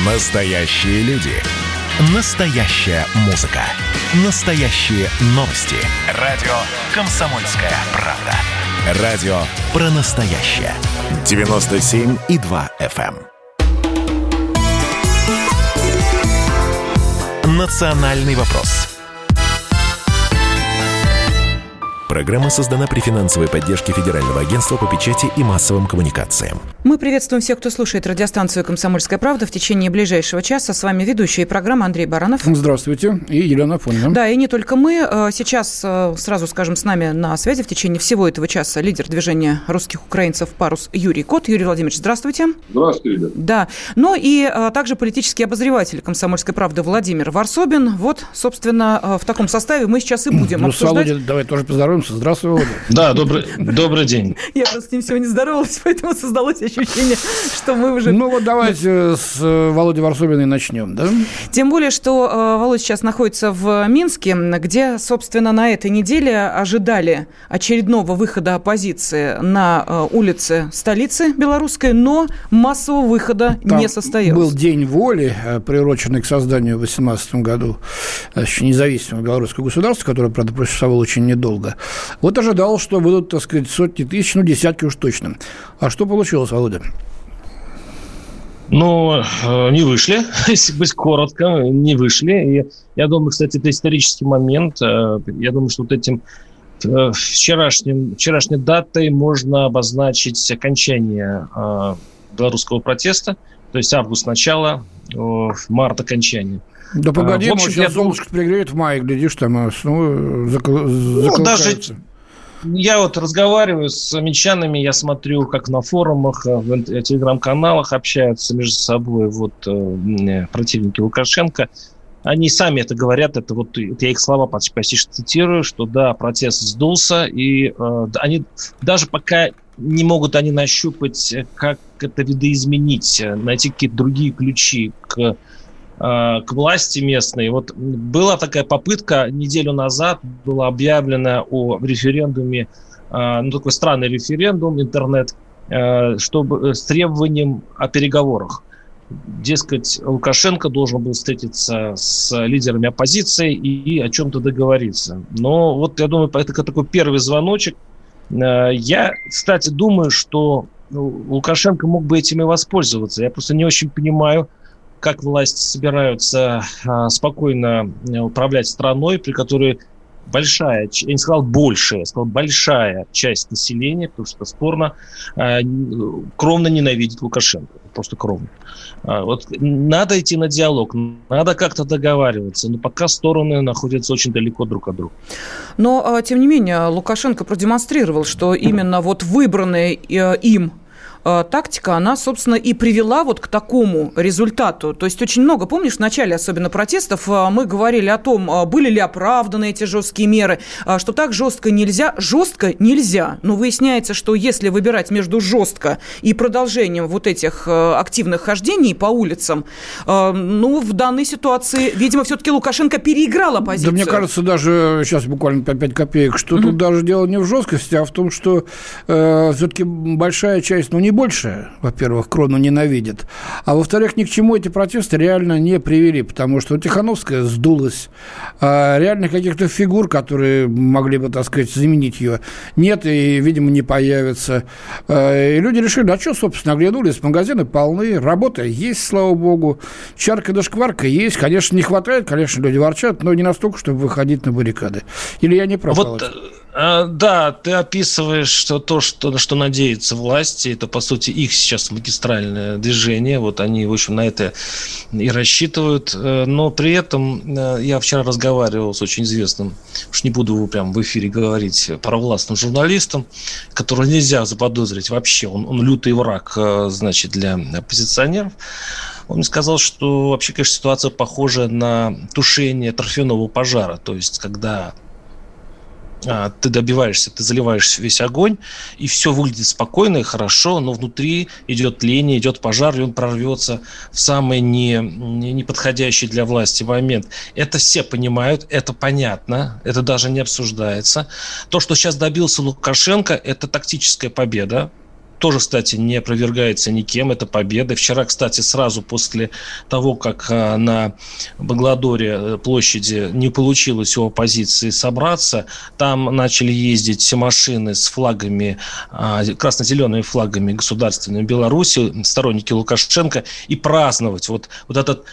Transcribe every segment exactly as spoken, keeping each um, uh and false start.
Настоящие люди. Настоящая музыка. Настоящие новости. Радио «Комсомольская правда». Радио про настоящее. девяносто семь и два эф эм. Национальный вопрос. Программа создана при финансовой поддержке Федерального агентства по печати и массовым коммуникациям. Мы приветствуем всех, кто слушает радиостанцию «Комсомольская правда» в течение ближайшего часа. С вами ведущая программы Андрей Баранов. Здравствуйте. И Елена Афонина. Да, и не только мы. Сейчас, сразу скажем, с нами на связи в течение всего этого часа лидер движения русских украинцев «Парус» Юрий Кот. Юрий Владимирович, здравствуйте. Здравствуйте. Да. Ну и также политический обозреватель «Комсомольской правды» Владимир Варсобин. Вот, собственно, в таком составе мы сейчас и будем ну, обсуждать. Володя, давай тоже поздороваемся. Здравствуй, Володя. Да, добрый, добрый день. Я просто с ним сегодня здоровалась, поэтому создалось ощущение, что мы уже... Ну вот давайте с Володей Варсобиной начнем, да? Тем более, что э, Володя сейчас находится в Минске, где, собственно, на этой неделе ожидали очередного выхода оппозиции на э, улице столицы белорусской, но массового выхода Там не состоялось. Был День воли, приуроченный к созданию в две тысячи восемнадцатом году еще независимого белорусского государства, которое, правда, просуществовало очень недолго. Вот ожидал, что будут, так сказать, сотни тысяч, ну, десятки уж точно. А что получилось, Володя? Ну, не вышли, если быть коротко, не вышли. И я думаю, кстати, это исторический момент. Я думаю, что вот этим вчерашним, вчерашней датой можно обозначить окончание белорусского протеста. То есть август начало, март окончание. Да погоди, в общем, может, я думаю, солнышко пригреет в мае, глядишь, там снова закол... ну, даже я вот разговариваю с минчанами, я смотрю, как на форумах, в телеграм-каналах общаются между собой вот противники Лукашенко. Они сами это говорят, это вот это я их слова почти цитирую, что да, протест сдулся, и э, они даже пока не могут они нащупать, как это видоизменить, найти какие-то другие ключи к к власти местной. Вот была такая попытка неделю назад, была объявлена о референдуме, ну такой странный референдум, интернет, чтобы с требованием о переговорах. Дескать, Лукашенко должен был встретиться с лидерами оппозиции и о чем-то договориться. Но вот я думаю, это такой первый звоночек. Я, кстати, думаю, что Лукашенко мог бы этим и воспользоваться. Я просто не очень понимаю, как власти собираются а, спокойно управлять страной, при которой большая, я не сказал большая, я сказал большая часть населения, потому что спорно, а, кровно ненавидит Лукашенко. Просто кровно. А, вот надо идти на диалог, надо как-то договариваться, но пока стороны находятся очень далеко друг от друга. Но, тем не менее, Лукашенко продемонстрировал, что именно вот выбранные им тактика, она, собственно, и привела вот к такому результату. То есть очень много, помнишь, в начале особенно протестов мы говорили о том, были ли оправданы эти жесткие меры, что так жестко нельзя. Жестко нельзя. Но выясняется, что если выбирать между жестко и продолжением вот этих активных хождений по улицам, ну, в данной ситуации, видимо, все-таки Лукашенко переиграл оппозицию. Да, мне кажется, даже, сейчас буквально по пять копеек, что mm-hmm. тут даже дело не в жесткости, а в том, что э, все-таки большая часть, ну, не больше, во-первых, крону ненавидят, а во-вторых, ни к чему эти протесты реально не привели, потому что Тихановская сдулась, а реальных каких-то фигур, которые могли бы, так сказать, заменить ее, нет и, видимо, не появится. И люди решили, а что, собственно, оглянулись, магазины полны, работа есть, слава богу, чарка да шкварка есть, конечно, не хватает, конечно, люди ворчат, но не настолько, чтобы выходить на баррикады. Или я не прав? Вот, а, да, ты описываешь что то, что, на что надеются власти, это, по сути, их сейчас магистральное движение, вот они, в общем, на это и рассчитывают, но при этом я вчера разговаривал с очень известным, уж не буду его прям в эфире говорить, провластным журналистом, которого нельзя заподозрить вообще, он, он лютый враг, значит, для оппозиционеров. Он мне сказал, что вообще, конечно, ситуация похожа на тушение торфяного пожара, то есть когда ты добиваешься, ты заливаешь весь огонь, и все выглядит спокойно и хорошо, но внутри идет тление, идет пожар, и он прорвется в самый не, не, неподходящий для власти момент. Это все понимают, это понятно, это даже не обсуждается. То, что сейчас добился Лукашенко, это тактическая победа. тоже, кстати, не опровергается никем. Это победа. Вчера, кстати, сразу после того, как на Бангладоре площади не получилось у оппозиции собраться, там начали ездить машины с флагами, красно-зелеными флагами государственной Беларуси, сторонники Лукашенко, и праздновать вот, вот этот...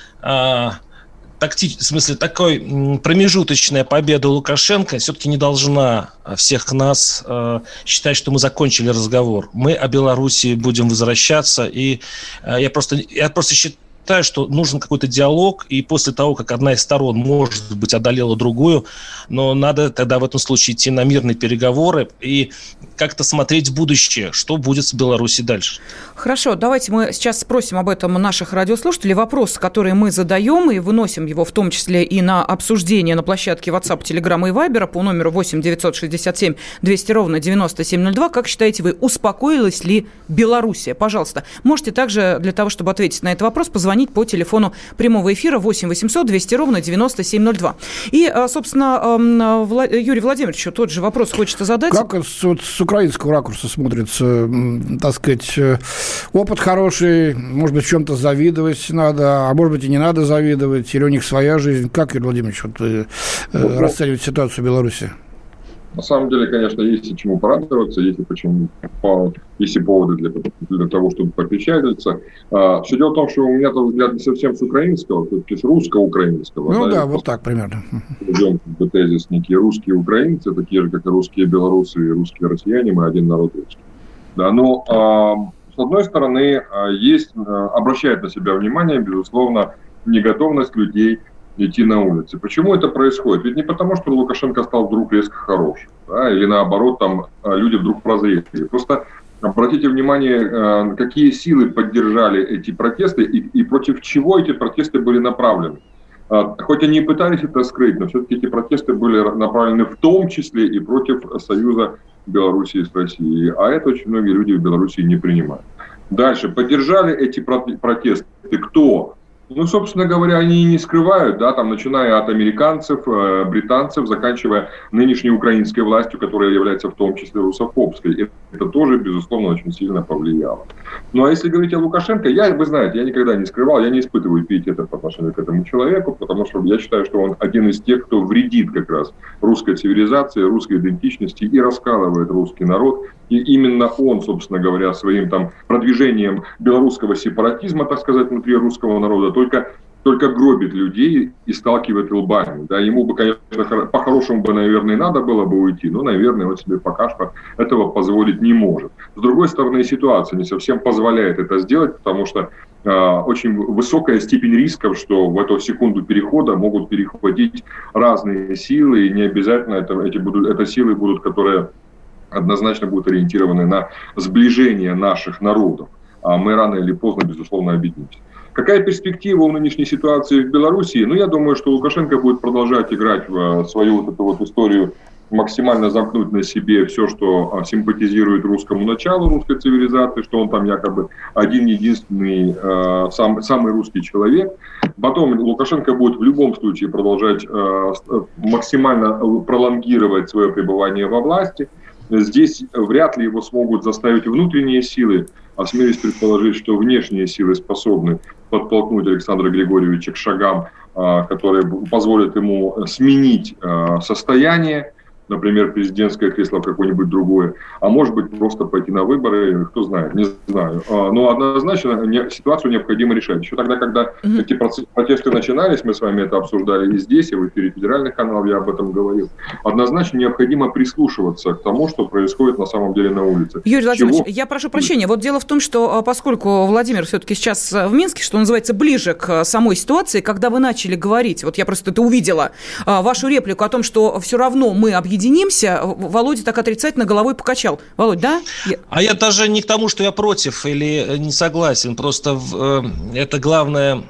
Такти... В смысле, такой промежуточная победа Лукашенко все-таки не должна всех нас э, считать, что мы закончили разговор. Мы о Беларуси будем возвращаться, и э, я, просто, я просто считаю, что нужен какой-то диалог, и после того, как одна из сторон, может быть, одолела другую, но надо тогда в этом случае идти на мирные переговоры и как-то смотреть в будущее, что будет с Беларусью дальше. Хорошо, давайте мы сейчас спросим об этом наших радиослушателей. Вопрос, который мы задаем, и выносим его в том числе и на обсуждение на площадке WhatsApp, Telegram и Viber по номеру восемь девятьсот шестьдесят семь двести ровно девяносто семь ноль два. Как считаете вы, успокоилась ли Белоруссия? Пожалуйста, можете также для того, чтобы ответить на этот вопрос, позвонить по телефону прямого эфира восемь восемьсот двести ровно девяносто семь ноль два. И, собственно, Юрий Владимирович, тот же вопрос хочется задать. Как вот с украинского ракурса смотрится, так сказать, опыт хороший, может быть, в чем-то завидовать надо, а может быть, и не надо завидовать, или у них своя жизнь? Как, Юрий Владимирович, вот, ну, расценивать ситуацию в Беларуси? На самом деле, конечно, есть и чему порадоваться, есть и, почему, есть и поводы для, для того, чтобы попечалиться. А, все дело в том, что у меня взгляд не совсем с украинского, то есть русско-украинского. Ну да, да просто вот так примерно. Идем как бы тезис некие русские украинцы, такие же, как и русские белорусы и русские россияне, мы один народ русский. Да, но а, с одной стороны, есть, обращает на себя внимание, безусловно, неготовность людей идти на улицы. Почему это происходит? Ведь не потому, что Лукашенко стал вдруг резко хорош, да, или наоборот, там люди вдруг прозрели. Просто обратите внимание, какие силы поддержали эти протесты и, и против чего эти протесты были направлены. Хоть они и пытались это скрыть, но все-таки эти протесты были направлены в том числе и против союза Белоруссии с Россией. А это очень многие люди в Белоруссии не принимают. Дальше. Поддержали эти протесты кто? Ну, собственно говоря, они и не скрывают, да, там, начиная от американцев, э, британцев, заканчивая нынешней украинской властью, которая является в том числе русофобской. И это тоже, безусловно, очень сильно повлияло. Ну, а если говорить о Лукашенко, я, вы знаете, я никогда не скрывал, я не испытываю пиетета по отношению к этому человеку, потому что я считаю, что он один из тех, кто вредит как раз русской цивилизации, русской идентичности и раскалывает русский народ. И именно он, собственно говоря, своим там продвижением белорусского сепаратизма, так сказать, внутри русского народа, только, только гробит людей и сталкивает лбами. Да, ему бы, конечно, по-хорошему бы, наверное, надо было бы уйти, но, наверное, он себе пока что этого позволить не может. С другой стороны, ситуация не совсем позволяет это сделать, потому что э, очень высокая степень рисков, что в эту секунду перехода могут перехватить разные силы, и не обязательно это, эти будут, это силы будут, которые однозначно будут ориентированы на сближение наших народов. А мы рано или поздно, безусловно, объединимся. Какая перспектива у нынешней ситуации в Белоруссии? Ну, я думаю, что Лукашенко будет продолжать играть в свою вот эту вот историю, максимально замкнуть на себе все, что симпатизирует русскому началу, русской цивилизации, что он там якобы один-единственный, э, сам, самый русский человек. Потом Лукашенко будет в любом случае продолжать э, максимально пролонгировать свое пребывание во власти. Здесь вряд ли его смогут заставить внутренние силы, а смеюсь предположить, что внешние силы способны подтолкнуть Александра Григорьевича к шагам, которые позволят ему сменить состояние, например, президентское кресло в какое-нибудь другое, а может быть просто пойти на выборы, кто знает, не знаю. Но однозначно ситуацию необходимо решать. Еще тогда, когда mm-hmm. эти протесты начинались, мы с вами это обсуждали и здесь, и в эфире федеральных каналов я об этом говорил, однозначно необходимо прислушиваться к тому, что происходит на самом деле на улице. Юрий Владимирович, Чего? я прошу прощения. Вот дело в том, что поскольку Владимир все-таки сейчас в Минске, что называется, ближе к самой ситуации, когда вы начали говорить, вот я просто это увидела, вашу реплику о том, что все равно мы объединимся, Единимся, Володя так отрицательно головой покачал. Володь, да? А я даже не к тому, что я против или не согласен. Просто в, э, это главная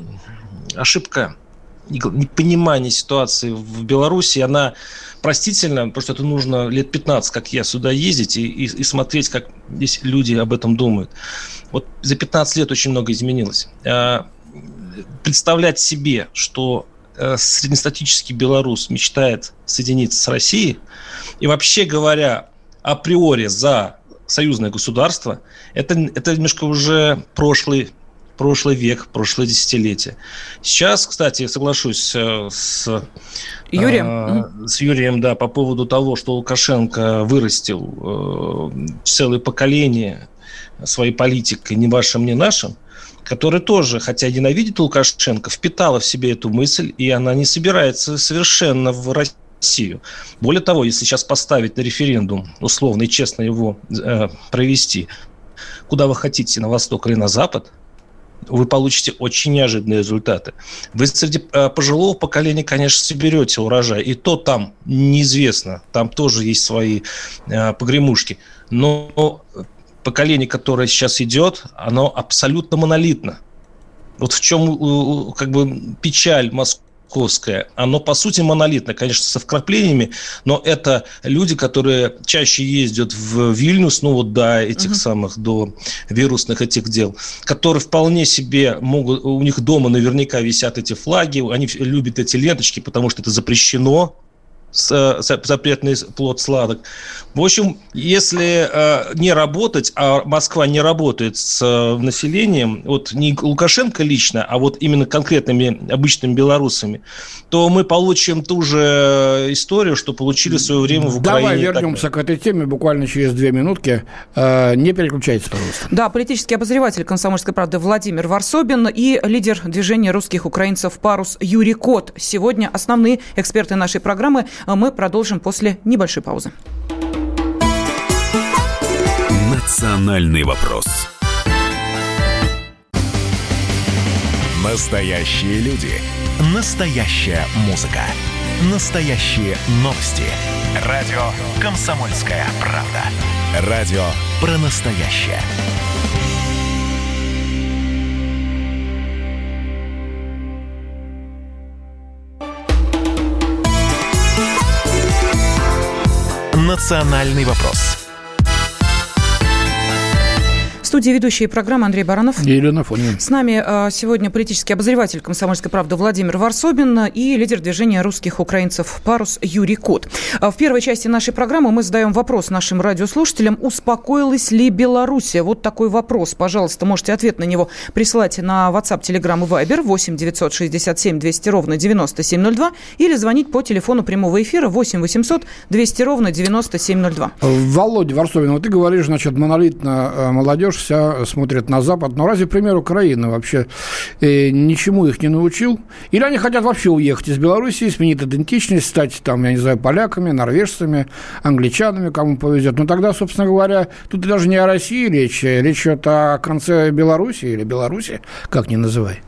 ошибка, непонимание ситуации в Беларуси. Она простительна, потому что это нужно лет пятнадцать, как я, сюда ездить и, и, и смотреть, как здесь люди об этом думают. Вот за пятнадцать лет очень много изменилось. А, представлять себе, что среднестатический белорус мечтает соединиться с Россией и, вообще говоря, априори за союзное государство, это, это немножко уже прошлый, прошлый век, прошлое десятилетие. Сейчас, кстати, я соглашусь с Юрием, э, с Юрием, да, по поводу того, что Лукашенко вырастил э, целое поколение своей политикой, ни вашим, ни нашим, который тоже, хотя ненавидит Лукашенко, впитала в себе эту мысль, и она не собирается совершенно в Россию. Более того, если сейчас поставить на референдум, условно и честно его э, провести, куда вы хотите, на восток или на запад, вы получите очень неожиданные результаты. Вы среди э, пожилого поколения, конечно, соберете урожай, и то там неизвестно, там тоже есть свои э, погремушки, но поколение, которое сейчас идет, оно абсолютно монолитно. Вот в чем как бы печаль московская. Оно, по сути, монолитно, конечно, со вкраплениями, но это люди, которые чаще ездят в Вильнюс, ну вот до этих uh-huh. самых, до вирусных этих дел, которые вполне себе могут, у них дома наверняка висят эти флаги, они любят эти ленточки, потому что это запрещено, запретный плод сладок. В общем, если э, не работать, а Москва не работает с э, населением, вот не Лукашенко лично, а вот именно конкретными обычными белорусами, то мы получим ту же историю, что получили в свое время в Украине. Давай вернемся к этой теме буквально через две минутки. Э, не переключайтесь, пожалуйста. Да, политический обозреватель «Комсомольской правды» Владимир Варсобин и лидер движения русских украинцев «Парус» Юрий Кот. Сегодня основные эксперты нашей программы. Мы продолжим после небольшой паузы. Национальный вопрос. Настоящие люди. Настоящая музыка. Настоящие новости. Радио «Комсомольская правда». Радио про настоящее. Национальный вопрос. В студии ведущие программы Андрей Баранов и Елена Афонина. С нами а, сегодня политический обозреватель «Комсомольской правды» Владимир Варсобин и лидер движения русских украинцев «Парус» Юрий Кот. А, в первой части нашей программы мы задаем вопрос нашим радиослушателям: успокоилась ли Белоруссия? Вот такой вопрос. Пожалуйста, можете ответ на него присылать на WhatsApp, Telegram и Viber восемь девятьсот шестьдесят семь двести ровно девяносто семь ноль два или звонить по телефону прямого эфира восемь восемьсот двести ровно девяносто семь ноль два. Володя Варсобин, вот ты говоришь, значит, монолитно молодежь вся смотрят на Запад. Но разве пример Украины вообще э, ничему их не научил? Или они хотят вообще уехать из Белоруссии, сменить идентичность, стать, там, я не знаю, поляками, норвежцами, англичанами, кому повезет? Ну, тогда, собственно говоря, тут даже не о России речь, речь идет о конце Белоруссии или Беларуси, как ни называй.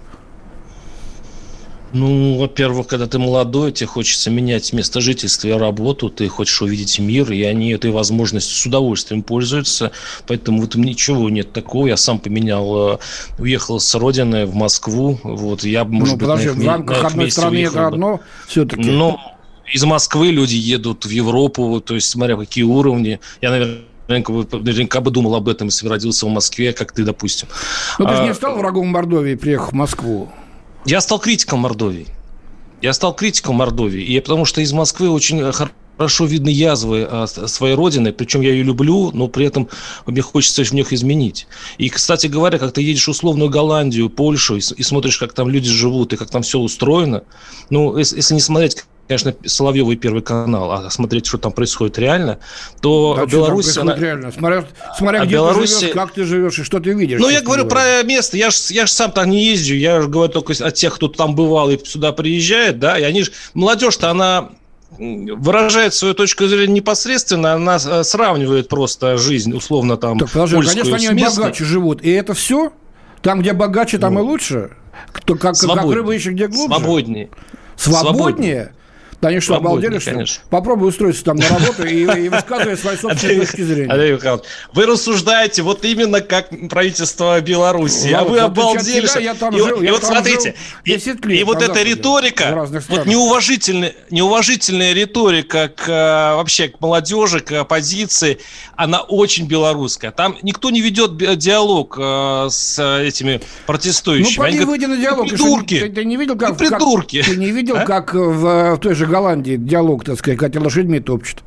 Ну, во-первых, когда ты молодой, тебе хочется менять место жительства и работу, ты хочешь увидеть мир, и они этой возможностью с удовольствием пользуются, поэтому в этом ничего нет такого. Я сам поменял, уехал с родины в Москву, вот, я, может ну, быть, подожди, на их, в рамках одной страны это одно все-таки. Но из Москвы люди едут в Европу, то есть, смотря какие уровни, я, наверное, Наверняка бы думал об этом, если бы родился в Москве, как ты, допустим. Ну, ты же а, не стал врагом Мордовии, приехав в Москву? Я стал критиком Мордовии. Я стал критиком Мордовии. И потому что из Москвы очень хорошо видны язвы своей родины. Причем я ее люблю, но при этом мне хочется в них изменить. И, кстати говоря, как ты едешь в условную Голландию, Польшу и, и смотришь, как там люди живут и как там все устроено. Ну, если, если не смотреть, конечно, Соловьёва и Первый канал, а смотреть, что там происходит реально, то да, Беларусь... Она... реально? Смотря, смотря а где Беларусь... ты живешь, как ты живешь и что ты видишь. Ну, я говорю говоря. про место. Я же я ж сам там не езжу. Я же говорю только о тех, кто там бывал и сюда приезжает. Да, и они же... Молодежь-то, она выражает свою точку зрения непосредственно, она сравнивает просто жизнь, условно, там, так, подожди, польскую конечно, они богаче живут. И это все? Там, где богаче, там ну, и лучше? Кто, как, как рыба ищет, где глубже? Свободнее. Свободнее? Свободнее. Да они что, обалдели, что ли? Попробуй устроиться там на работу и, и высказывай свои собственные точки зрения. Андрей Михайлович, вы рассуждаете вот именно как правительство Беларуси, а вы обалдели. Что... Я там и жил, и я вот там смотрите, и, и вот эта риторика, вот неуважительная, неуважительная риторика к, вообще к молодежи, к оппозиции, она очень белорусская. Там никто не ведет диалог с этими протестующими. Ну, пойди выйди на диалог. Придурки. Ты, ты не видел, как, придурки. Как, ты не видел, а? как в, в той же Голландии диалог, так сказать, когда лошадьми топчут.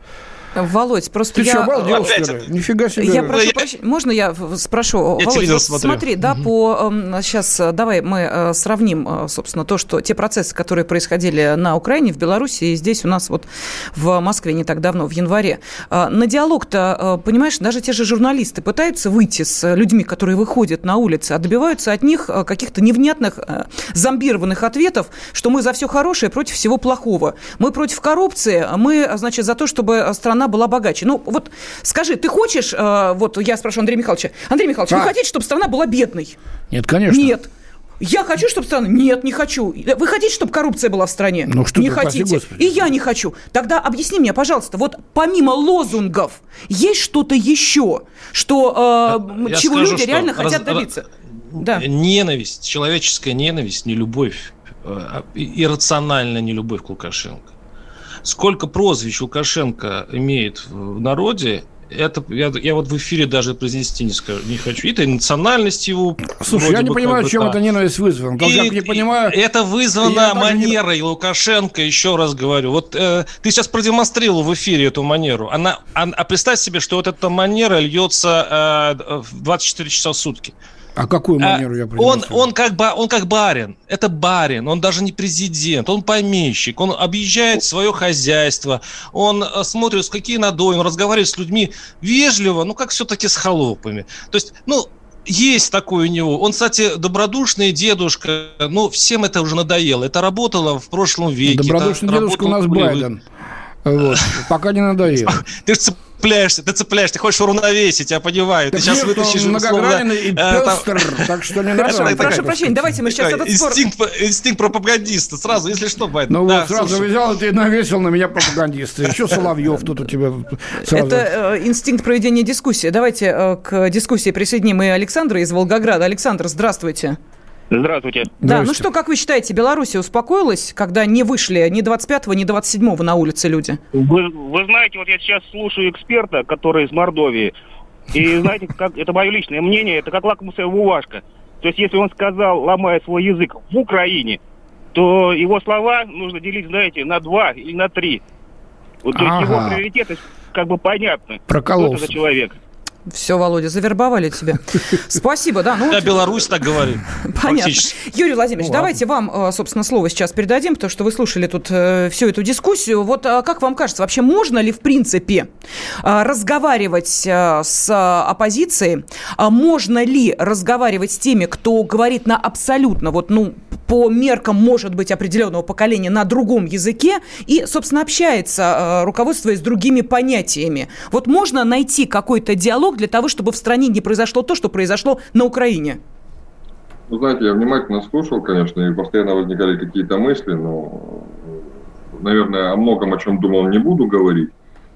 Володь, просто Ты я... что, обалдел, что ли? Нифига себе. Я прошу я... прощения. Можно я спрошу? Я Володь, вот смотрю. смотри, да, угу. по... Сейчас давай мы сравним, собственно, то, что те процессы, которые происходили на Украине, в Беларуси, и здесь у нас вот в Москве не так давно, в январе. На диалог-то, понимаешь, даже те же журналисты пытаются выйти с людьми, которые выходят на улицы, а добиваются от них каких-то невнятных, зомбированных ответов, что мы за все хорошее против всего плохого. Мы против коррупции, мы, значит, за то, чтобы страна была богаче. Ну, вот скажи, ты хочешь, э, вот я спрошу Андрея Михайловича, Андрей Михайлович, а. вы хотите, чтобы страна была бедной? Нет, конечно. Нет. Я хочу, чтобы страна... Нет, не хочу. Вы хотите, чтобы коррупция была в стране? Ну, что не ты, хотите. Господи. И я не хочу. Тогда объясни мне, пожалуйста, вот помимо лозунгов, есть что-то еще, что, э, чего скажу, люди реально раз, хотят добиться? Раз, да. Ненависть, человеческая ненависть, нелюбовь, э, иррациональная нелюбовь к Лукашенко. Сколько прозвищ Лукашенко имеет в народе, это я, я вот в эфире даже произнести не, скажу, не хочу. Это и национальность его. Слушай, я не понимаю, чем это ненависть вызвана. И, не понимаю, это вызвано манерой не... Лукашенко, еще раз говорю. Вот э, ты сейчас продемонстрировал в эфире эту манеру. Она, а, а представь себе, что вот эта манера льется э, в двадцать четыре часа в сутки. А какую манеру а, я он, он, как ба, он как барин. Это барин. Он даже не президент. Он помещик. Он объезжает свое хозяйство. Он смотрит, какие надои. Он разговаривает с людьми вежливо, ну, как все-таки с холопами. То есть, ну, есть такой у него. Он, кстати, добродушный дедушка. Ну, всем это уже надоело. Это работало в прошлом веке. Добродушный это дедушка у нас Байден. Вот. Пока не надоело. Ты же цепляешься, ты цепляешься, ты хочешь уравновесить, я понимаю. Ты сейчас вытащишь... Многогранный и пестр, так что не надо. Прошу прощения, давайте мы сейчас этот спор... Инстинкт пропагандиста, сразу, если что, Байден. Ну вот сразу взял, и ты навесил на меня пропагандиста. Еще Соловьев тут у тебя... Это инстинкт проведения дискуссии. Давайте к дискуссии присоединим и Александра из Волгограда. Александр, здравствуйте. Здравствуйте. Да, ну что, как вы считаете, Беларусь успокоилась, когда не вышли ни двадцать пятого, ни двадцать седьмого на улице люди? Вы, вы знаете, вот я сейчас слушаю эксперта, который из Мордовии, и знаете, как это мое личное мнение, это как лакмусовая бумажка. То есть, если он сказал, ломая свой язык в Украине, то его слова нужно делить, знаете, на два или на три. Вот, то есть, ага. его приоритеты как бы понятны. Прокололся. Что это за человек? Все, Володя, завербовали тебя. Спасибо, да. Ну, да, Беларусь так говорит. Понятно. Юрий Владимирович, ну, давайте вам, собственно, слово сейчас передадим, потому что вы слушали тут всю эту дискуссию. Вот как вам кажется, вообще можно ли, в принципе, разговаривать с оппозицией? Можно ли разговаривать с теми, кто говорит на абсолютно, вот, ну, по меркам, может быть, определенного поколения на другом языке и, собственно, общается, руководствуясь другими понятиями? Вот можно найти какой-то диалог для того, чтобы в стране не произошло то, что произошло на Украине? Ну, знаете, я внимательно слушал, конечно, и постоянно возникали какие-то мысли, но, наверное, о многом, о чем думал, не буду говорить.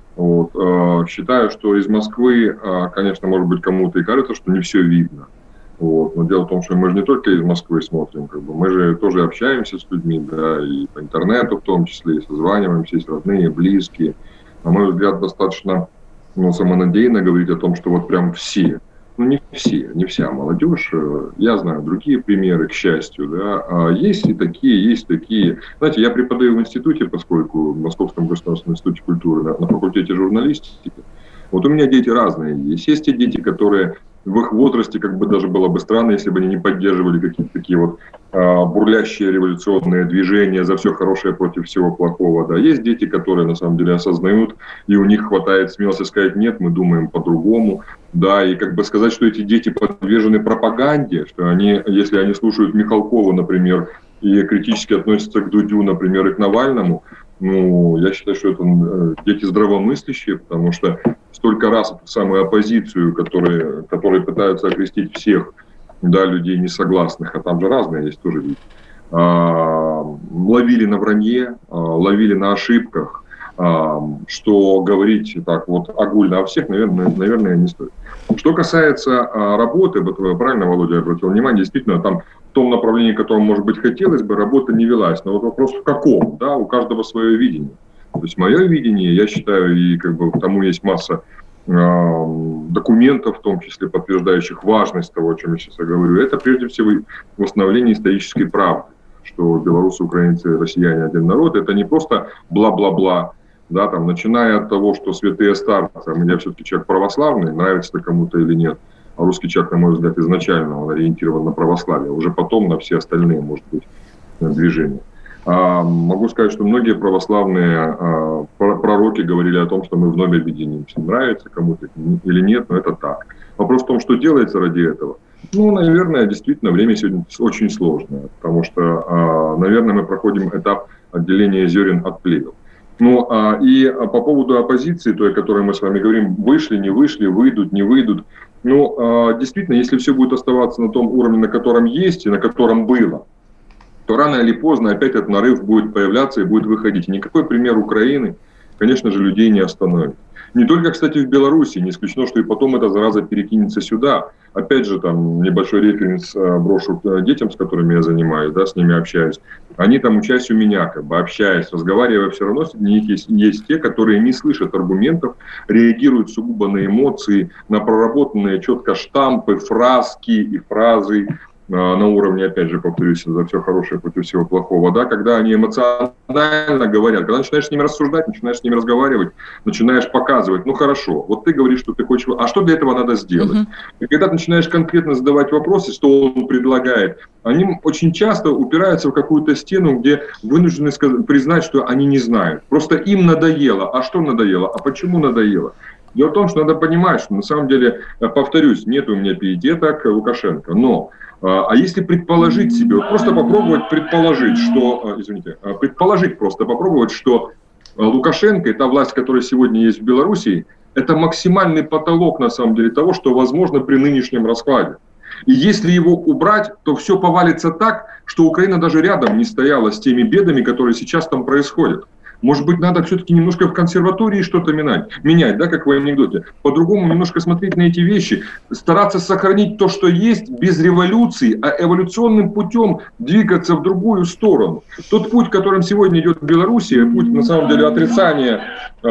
Вот. Считаю, что из Москвы, конечно, может быть, кому-то и кажется, что не все видно. Вот. Но дело в том, что мы же не только из Москвы смотрим, как бы, мы же тоже общаемся с людьми, да, и по интернету в том числе, и созваниваемся, есть родные, близкие. На мой взгляд, достаточно ну, самонадеянно говорить о том, что вот прям все, ну не все, не вся молодежь, я знаю другие примеры, к счастью, да, а есть и такие, есть такие. Знаете, я преподаю в институте, поскольку в Московском государственном институте культуры на, на факультете журналистики. Вот у меня дети разные есть. Есть те дети, которые в их возрасте, как бы даже было бы странно, если бы они не поддерживали какие-то такие вот а, бурлящие революционные движения за все хорошее против всего плохого. Да. Есть дети, которые на самом деле осознают, и у них хватает смелости сказать нет, мы думаем по-другому. Да, и как бы сказать, что эти дети подвержены пропаганде, что они, если они слушают Михалкова, например, и критически относятся к Дудю, например, и к Навальному, ну, я считаю, что это дети здравомыслящие, потому что столько раз эту самую оппозицию, которые, которые пытаются окрестить всех, да, людей несогласных, а там же разные есть тоже люди, а, ловили на вранье, а, ловили на ошибках, а, что говорить так вот огульно о всех, наверное, наверное, не стоит. Что касается а, работы, вот правильно Володя обратил внимание, действительно, там в том направлении, в котором, может быть, хотелось бы, работа не велась. Но вот вопрос в каком, да, у каждого свое видение. То есть мое видение, я считаю, и как бы тому есть масса э, документов, в том числе подтверждающих важность того, о чем я сейчас говорю, это прежде всего восстановление исторической правды, что белорусы, украинцы, россияне один народ, это не просто бла-бла-бла, Да, там, начиная от того, что святые старцы, я все-таки человек православный, нравится это кому-то или нет, а русский человек, на мой взгляд, изначально он ориентирован на православие, уже потом на все остальные, может быть, движения. А, могу сказать, что многие православные а, пророки говорили о том, что мы вновь объединимся. Нравится кому-то или нет, но это так. Вопрос в том, что делается ради этого. Ну, наверное, действительно, время сегодня очень сложное, потому что, а, наверное, мы проходим этап отделения зерен от плевел. Ну, а, и по поводу оппозиции, той, о которой мы с вами говорим, вышли, не вышли, выйдут, не выйдут. Ну, а, действительно, если все будет оставаться на том уровне, на котором есть и на котором было, то рано или поздно опять этот нарыв будет появляться и будет выходить. И никакой пример Украины, конечно же, людей не остановит. Не только, кстати, в Беларуси, не исключено, что и потом эта зараза перекинется сюда. Опять же, там небольшой референс брошу к детям, с которыми я занимаюсь, да, с ними общаюсь. Они там, учась у меня, как бы общаясь, разговаривая, все равно среди них есть, есть те, которые не слышат аргументов, реагируют сугубо на эмоции, на проработанные четко штампы, фразки и фразы, на уровне, опять же, повторюсь, за все хорошее против всего плохого, да, когда они эмоционально говорят, когда начинаешь с ними рассуждать, начинаешь с ними разговаривать, начинаешь показывать, ну хорошо, вот ты говоришь, что ты хочешь, а что для этого надо сделать? Uh-huh. И когда ты начинаешь конкретно задавать вопросы, что он предлагает, они очень часто упираются в какую-то стену, где вынуждены сказать, признать, что они не знают. Просто им надоело. А что надоело? А почему надоело? Дело в том, что надо понимать, что на самом деле, повторюсь, нет у меня пиетета к Лукашенко, но а если предположить себе, вот просто попробовать предположить, что, извините, предположить просто, попробовать, что Лукашенко и та власть, которая сегодня есть в Беларуси, это максимальный потолок, на самом деле, того, что возможно при нынешнем раскладе. И если его убрать, то все повалится так, что Украина даже рядом не стояла с теми бедами, которые сейчас там происходят. Может быть, надо все-таки немножко в консерватории что-то менять, менять, да, как в анекдоте. По-другому немножко смотреть на эти вещи, стараться сохранить то, что есть, без революции, а эволюционным путем двигаться в другую сторону. Тот путь, которым сегодня идет Белоруссия, путь, на самом деле, отрицания э,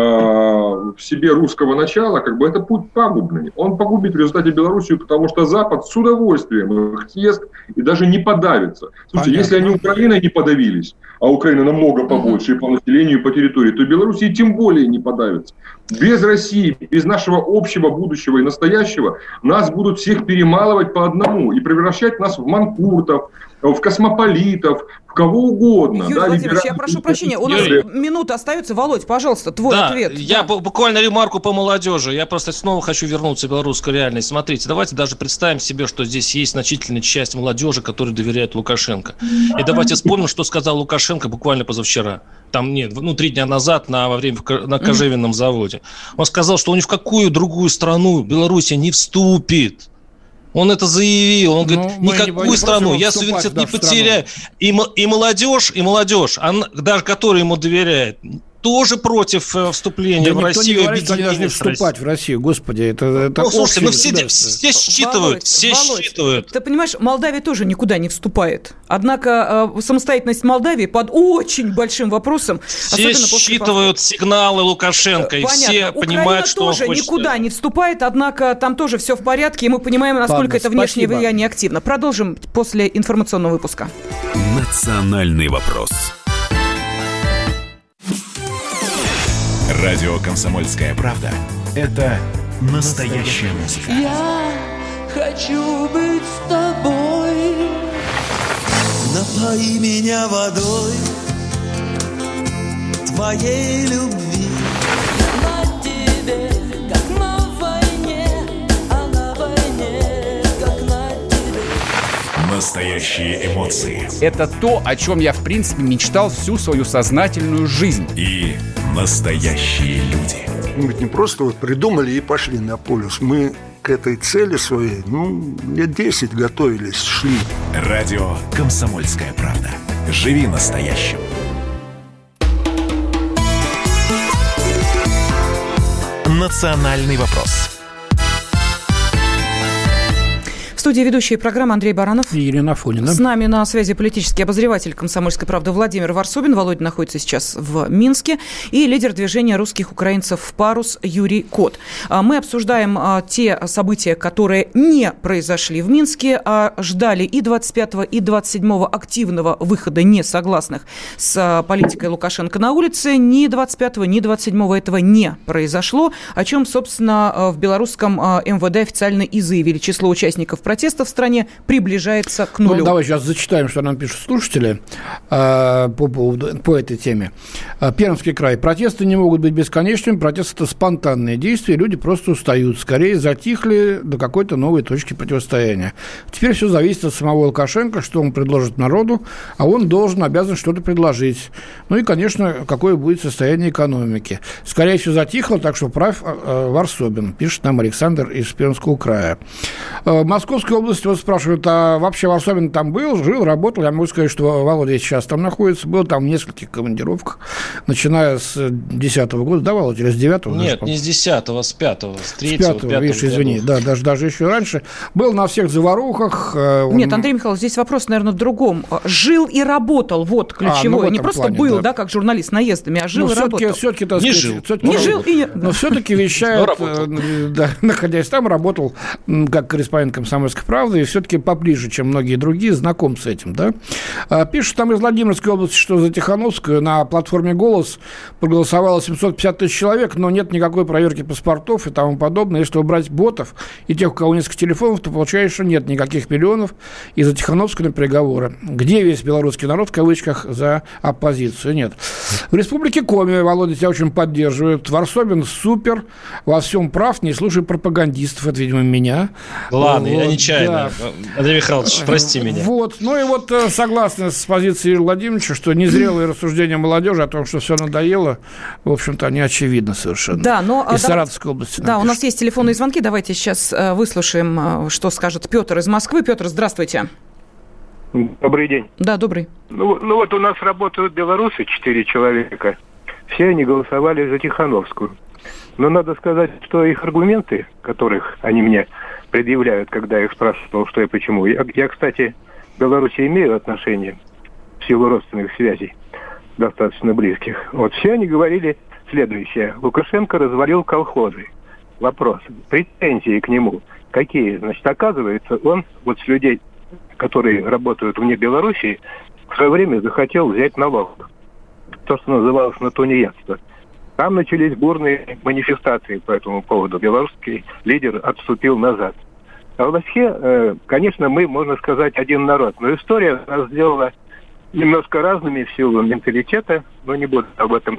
в себе русского начала, как бы это путь пагубный. Он погубит в результате Белоруссию, потому что Запад с удовольствием их съест и даже не подавится. Слушайте, если они Украиной не подавились, а Украина намного побольше и по населению, и по территории, то Белоруссия тем более не подавится. Без России, без нашего общего будущего и настоящего нас будут всех перемалывать по одному и превращать нас в манкуртов, в космополитов, в кого угодно. Юрий да, Владимирович, я прошу прощения, у нас Юрий. минута остается. Володь, пожалуйста, твой да, ответ. Я да. буквально ремарку по молодежи. Я просто снова хочу вернуться в белорусскую реальность. Смотрите, давайте даже представим себе, что здесь есть значительная часть молодежи, которая доверяет Лукашенко. И давайте вспомним, что сказал Лукашенко буквально позавчера. Там нет, ну, три дня назад на, во время на кожевенном mm-hmm. заводе. Он сказал, что он ни в какую другую страну Белоруссия не вступит. Он это заявил. Он ну, говорит, никакую не, страну, я суверенитет не потеряю. И, и молодежь, и молодежь, она, даже которая ему доверяет, тоже против вступления да в Россию. Не говорит, что они должны вступать в Россию, господи, это, это ну, слушайте, ну все, все считывают, Володь, все Володь, считывают. Ты понимаешь, Молдавия тоже никуда не вступает. Однако э, самостоятельность Молдавии под очень большим вопросом. Все считывают после... сигналы Лукашенко, и все Украина понимают, что тоже он хочет. Никуда не вступает, однако там тоже все в порядке, и мы понимаем, насколько Ладно, это внешнее спасибо. влияние активно. Продолжим после информационного выпуска. Национальный вопрос. Радио «Комсомольская правда» – это настоящая музыка. Я хочу быть с тобой. Напои меня водой твоей любви. На тебе, как на войне, а на войне, как на тебе. Настоящие эмоции. Это то, о чем я, в принципе, мечтал всю свою сознательную жизнь. И настоящие люди. Мы ведь не просто вот придумали и пошли на полюс. Мы к этой цели своей, ну, лет десять готовились, шли. Радио «Комсомольская правда». Живи настоящим. Национальный вопрос. В студии ведущие программы Андрей Баранов и Елена Афонина. С нами на связи политический обозреватель «Комсомольской правды» Владимир Варсобин. Володя находится сейчас в Минске. И лидер движения русских украинцев в «Парус» Юрий Кот. Мы обсуждаем те события, которые не произошли в Минске, а ждали и двадцать пятого, и двадцать седьмого активного выхода несогласных с политикой Лукашенко на улице. Ни двадцать пятого, ни двадцать седьмого этого не произошло, о чем, собственно, в белорусском эм вэ дэ официально и заявили. Число участников протеста в стране приближается к нулю. Ну, давай сейчас зачитаем, что нам пишут слушатели э, по, поводу, по этой теме. Пермский край. Протесты не могут быть бесконечными. Протесты – это спонтанные действия. Люди просто устают. Скорее затихли до какой-то новой точки противостояния. Теперь все зависит от самого Лукашенко, что он предложит народу, а он должен, обязан что-то предложить. Ну и, конечно, какое будет состояние экономики. Скорее всего затихло, так что прав э, Варсобин, пишет нам Александр из Пермского края. В Московской области вот спрашивают, а вообще Варсобин там был, жил, работал? Я могу сказать, что Володя сейчас там находится, был там в нескольких командировках, начиная с десятого года. Да, Володя, или с девятого? Нет, не с десятого, с пятого, с третьего, с пятого, видишь, извини, да, даже, даже еще раньше. Был на всех заварухах. Он... Нет, Андрей Михайлович, здесь вопрос, наверное, в другом. Жил и работал, вот ключевое. А, ну, не просто плане, был, да. да, как журналист наездами, а жил но и работал. Все-таки, так не сказать, жил. Все-таки, не жил и... Но все-таки вещает, да, находясь там, работал как корреспондент «Комсомольской правды», и все-таки поближе, чем многие другие, знаком с этим, да. Пишут там из Владимирской области, что за Тихановскую на платформе «Голос» проголосовало семьсот пятьдесят тысяч человек, но нет никакой проверки паспортов и тому подобное. Если убрать ботов и тех, у кого несколько телефонов, то получается, что нет никаких миллионов, и за Тихановскую на переговоры. Где весь белорусский народ, в кавычках, за оппозицию? Нет. В республике Коми, Володя, тебя очень поддерживают. Варсобин супер, во всем прав, не слушай пропагандистов, это, видимо, меня. Ладно, вот, я нечаянно. Да. Андрей Михайлович, прости меня. Вот, ну и вот согласны с позицией Юрия Владимировича, что незрелые рассуждения молодежи о том, что все надоело, в общем-то, они очевидны совершенно. Да, но... Из да, Саратовской области. Да, у нас есть телефонные звонки, давайте сейчас выслушаем, что скажет Петр из Москвы. Петр, здравствуйте. Добрый день. Да, добрый. Ну, ну вот у нас работают белорусы, четыре человека. Все они голосовали за Тихановскую. Но надо сказать, что их аргументы, которых они мне предъявляют, когда я их спрашивал, что и почему. Я, я, кстати, в Беларуси имею отношения в силу родственных связей, достаточно близких. Вот все они говорили следующее. Лукашенко развалил колхозы. Вопрос. Претензии к нему какие? Значит, оказывается, он вот с людей, которые работают вне Белоруссии, в свое время захотел взять налог. То, что называлось натунеядство. Там начались бурные манифестации по этому поводу. Белорусский лидер отступил назад. А вообще, конечно, мы, можно сказать, один народ. Но история нас сделала немножко разными в силу менталитета. Но не буду об этом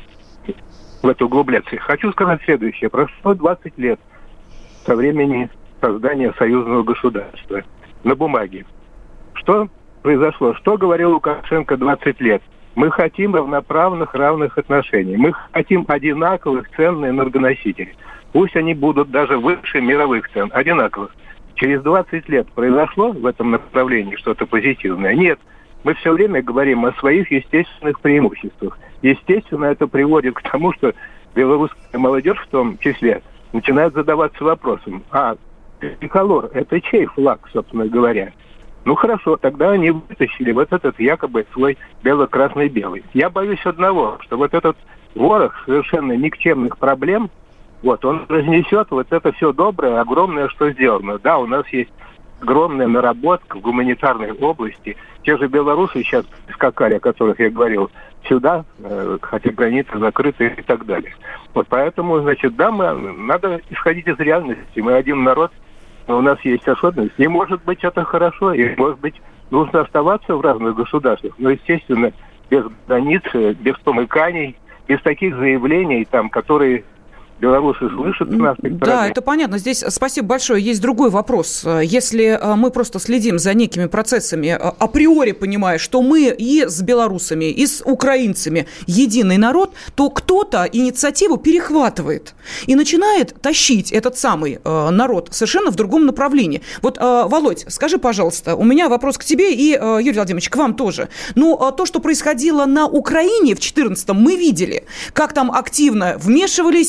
в это углубляться. Хочу сказать следующее. Прошло двадцать лет со времени создания союзного государства. На бумаге. Что произошло? Что говорил Лукашенко двадцать лет? Мы хотим равноправных, равных отношений. Мы хотим одинаковых цен на энергоносители. Пусть они будут даже выше мировых цен. Одинаковых. Через двадцать лет произошло в этом направлении что-то позитивное? Нет. Мы все время говорим о своих естественных преимуществах. Естественно, это приводит к тому, что белорусская молодежь в том числе начинает задаваться вопросом, а триколор – это чей флаг, собственно говоря? Ну хорошо, тогда они вытащили вот этот якобы свой бело-красный-белый. Я боюсь одного, что вот этот ворох совершенно никчемных проблем, вот он разнесет вот это все доброе, огромное, что сделано. Да, у нас есть огромная наработка в гуманитарной области. Те же белорусы сейчас скакали, о которых я говорил, сюда, э, хотя границы закрыты и так далее. Вот поэтому, значит, да, мы, надо исходить из реальности. Мы один народ, но у нас есть особенность. И может быть это хорошо, и может быть нужно оставаться в разных государствах. Но, естественно, без границ, без помыканий, без таких заявлений, там, которые... белорусы слышат с нашей стороны. Да, это понятно. Здесь спасибо большое. Есть другой вопрос. Если мы просто следим за некими процессами, априори понимая, что мы и с белорусами, и с украинцами единый народ, то кто-то инициативу перехватывает и начинает тащить этот самый народ совершенно в другом направлении. Вот, Володь, скажи, пожалуйста, у меня вопрос к тебе и, Юрий Владимирович, к вам тоже. Ну, то, что происходило на Украине в четырнадцатом, мы видели, как там активно вмешивались, это все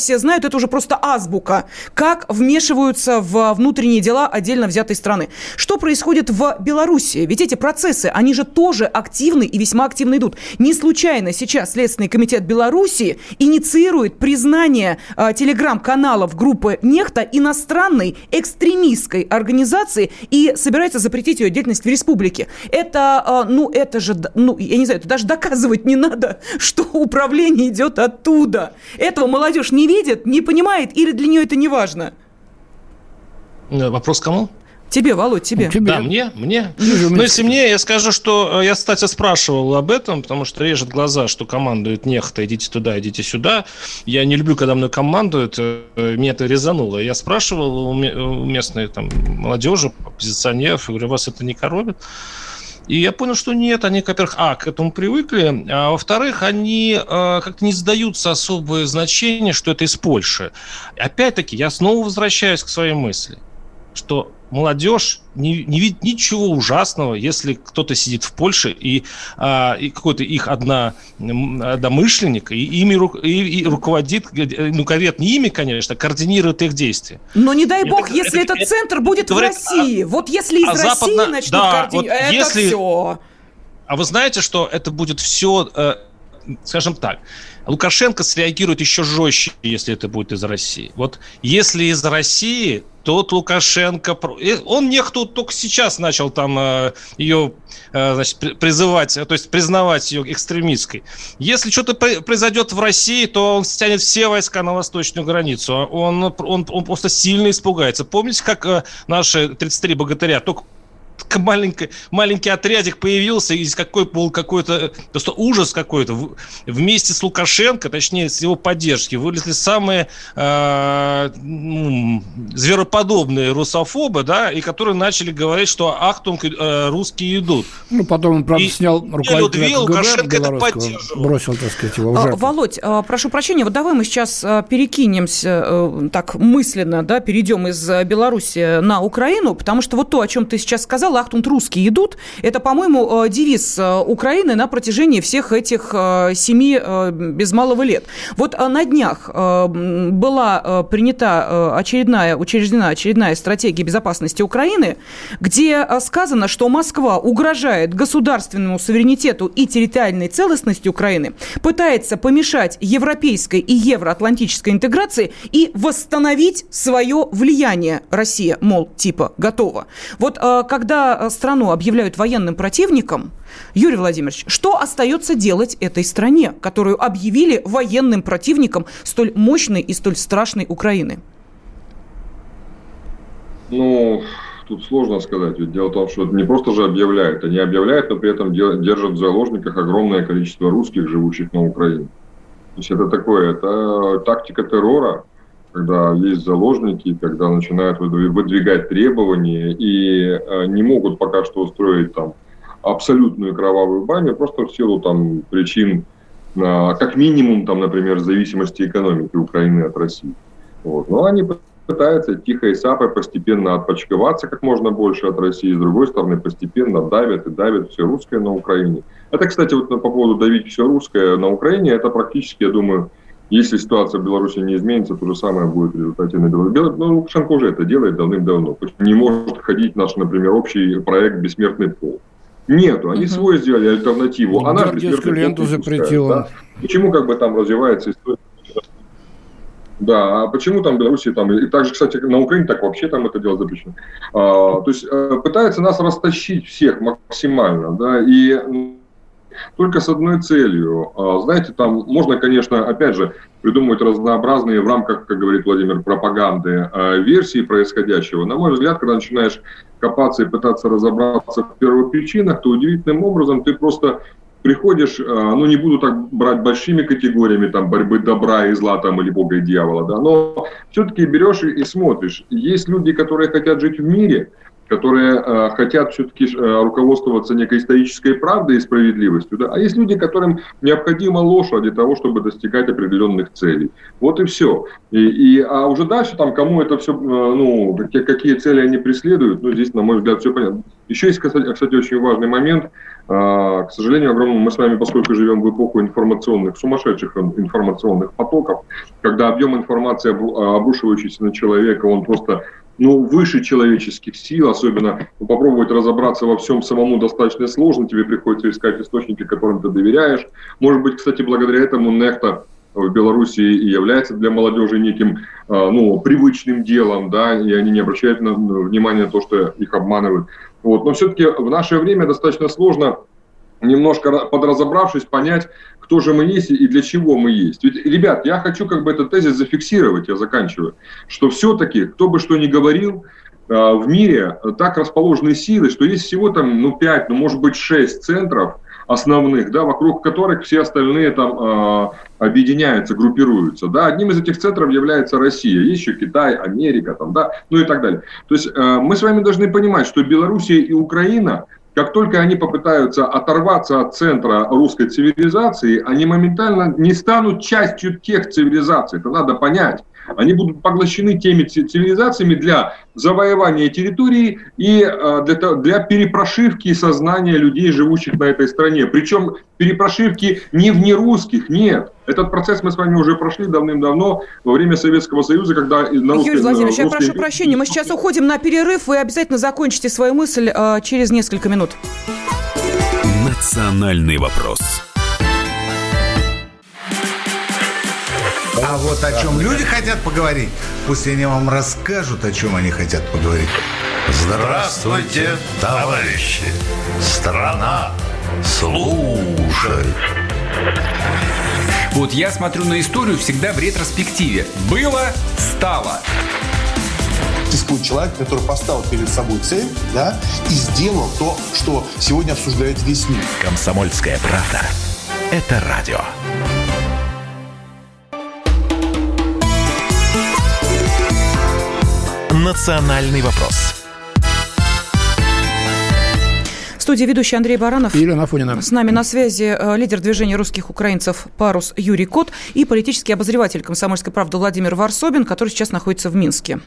все знают, это уже просто азбука, как вмешиваются в внутренние дела отдельно взятой страны. Что происходит в Беларуси? Ведь эти процессы, они же тоже активны и весьма активно идут. Не случайно сейчас Следственный комитет Беларуси инициирует признание э, телеграм-каналов группы «Нехта» иностранной экстремистской организации и собирается запретить ее деятельность в республике. Это, э, ну, это же, ну, я не знаю, это даже доказывать не надо, что управление идет оттуда. Этого молодежь не видит, не понимает, или для нее это не важно? Вопрос кому? Тебе, Володь, тебе. тебе. Да, мне, мне. Ну, если мне, я скажу, что я, кстати, спрашивал об этом, потому что режет глаза, что командует Нехта, идите туда, идите сюда. Я не люблю, когда мной командуют, меня это резануло. Я спрашивал у местной там молодежи, оппозиционеров, я говорю, вас это не коробит? И я понял, что нет, они, во-первых, а, к этому привыкли, а во-вторых, они э, как-то не задаются особое значение, что это из Польши. Опять-таки, я снова возвращаюсь к своей мысли, что молодежь не, не видит ничего ужасного, если кто-то сидит в Польше и, а, и какой-то их одна, одномышленник и ими ру, и, и руководит, ну, конкретно не ими, конечно, координирует их действия. Но не дай бог, это, если это, этот это, центр будет это, в России. А, вот если из а России западно, начнут да, координировать, вот это если, все. А вы знаете, что это будет все, э, скажем так, Лукашенко среагирует еще жестче, если это будет из России. Вот если из России, то Лукашенко... Он Нехту только сейчас начал там э, ее э, значит, призывать, то есть признавать ее экстремистской. Если что-то произойдет в России, то он стянет все войска на восточную границу. Он, он, он просто сильно испугается. Помните, как э, наши тридцать три богатыря только маленький, маленький отрядик появился, и какой был какой-то просто ужас какой-то. Вместе с Лукашенко, точнее, с его поддержки, вылезли самые э, ну, звероподобные русофобы, да, и которые начали говорить, что ахтунг, э, русские идут. Ну, потом он, правда, и снял руководителя Лукашенко это поддерживал. Бросил, так сказать, его в жертву. Володь, прошу прощения, вот давай мы сейчас перекинемся так мысленно, да, перейдем из Беларуси на Украину, потому что вот то, о чем ты сейчас сказал, «Ахтунг, русские идут», это, по-моему, девиз Украины на протяжении всех этих семи без малого лет. Вот на днях была принята очередная, учреждена очередная стратегия безопасности Украины, где сказано, что Москва угрожает государственному суверенитету и территориальной целостности Украины, пытается помешать европейской и евроатлантической интеграции и восстановить свое влияние. Россия, мол, типа, готова. Вот когда страну объявляют военным противником, Юрий Владимирович, что остается делать этой стране, которую объявили военным противником столь мощной и столь страшной Украины? Ну, тут сложно сказать. Ведь дело в том, что не просто же объявляют. Они объявляют, но при этом держат в заложниках огромное количество русских, живущих на Украине. То есть это такое, это тактика террора, когда есть заложники, когда начинают выдвигать требования и не могут пока что устроить там абсолютную кровавую баню, просто в силу там причин, как минимум, там, например, зависимости экономики Украины от России. Вот. Но они пытаются тихо и сапой постепенно отпочковаться как можно больше от России, с другой стороны постепенно давят и давят все русское на Украине. Это, кстати, вот по поводу давить все русское на Украине, это практически, я думаю, если ситуация в Беларуси не изменится, то же самое будет в результате на Беларуси. Ну, Лукашенко уже это делает давным-давно. Не может ходить наш, например, общий проект «Бессмертный пол». Нету. Они угу. свой сделали альтернативу. А наш «Бессмертный ленту пол» запретил. Да? Почему как бы там развивается история? Да, а почему там в Беларуси, там, и также, кстати, на Украине так вообще там это дело запрещено. А, то есть пытаются нас растащить всех максимально, да, и только с одной целью. Знаете, там можно, конечно, опять же, придумывать разнообразные в рамках, как говорит Владимир, пропаганды версии происходящего. На мой взгляд, когда начинаешь копаться и пытаться разобраться в первопричинах, то удивительным образом ты просто приходишь, ну не буду так брать большими категориями там борьбы добра и зла там, или бога и дьявола, да, но все-таки берешь и смотришь. Есть люди, которые хотят жить в мире, которые э, хотят все-таки э, руководствоваться некой исторической правдой и справедливостью, да? А есть люди, которым необходима ложь ради того, чтобы достигать определенных целей. Вот и все. И, и, а уже дальше, там, кому это все, э, ну, какие, какие цели они преследуют, ну, здесь, на мой взгляд, все понятно. Еще есть, кстати, кстати очень важный момент. Э, к сожалению, огромному, мы с вами, поскольку живем в эпоху информационных, сумасшедших информационных потоков, когда объем информации, обрушивающийся на человека, он просто... ну, выше человеческих сил, особенно ну, попробовать разобраться во всем самому достаточно сложно, тебе приходится искать источники, которым ты доверяешь. Может быть, кстати, благодаря этому нефта в Беларуси и является для молодежи неким ну, привычным делом, да, и они не обращают на, на внимания на то, что их обманывают. Вот. Но все-таки в наше время достаточно сложно, немножко подразобравшись, понять, кто же мы есть и для чего мы есть. Ведь, ребят, я хочу как бы этот тезис зафиксировать, я заканчиваю, что все-таки, кто бы что ни говорил, в мире так расположены силы, что есть всего там, ну, пять, ну, может быть, шесть центров основных, да, вокруг которых все остальные там э, объединяются, группируются, да. Одним из этих центров является Россия, есть еще Китай, Америка, там, да, ну и так далее. То есть э, мы с вами должны понимать, что Белоруссия и Украина, как только они попытаются оторваться от центра русской цивилизации, они моментально не станут частью тех цивилизаций. Это надо понять. Они будут поглощены теми цивилизациями для завоевания территории и для, для перепрошивки сознания людей, живущих на этой стране. Причем перепрошивки не внерусских, нет. Этот процесс мы с вами уже прошли давным-давно, во время Советского Союза, когда... На русской, Юрий Владимирович, на я прошу прощения, мы сейчас уходим на перерыв, вы обязательно закончите свою мысль э, через несколько минут. Национальный вопрос. А вот о чем люди хотят поговорить, пусть они вам расскажут, о чем они хотят поговорить. Здравствуйте, товарищи! Страна слушает. Вот я смотрю на историю всегда в ретроспективе. Было, стало. Существует человек, который поставил перед собой цель, да, и сделал то, что сегодня обсуждает весь мир. Комсомольская правда. Это радио. Национальный вопрос. В студии ведущий Андрей Баранов. И Елена Афонина. С нами на связи э, лидер движения русских украинцев «Парус» Юрий Кот и политический обозреватель «Комсомольской правды» Владимир Варсобин, который сейчас находится в Минске.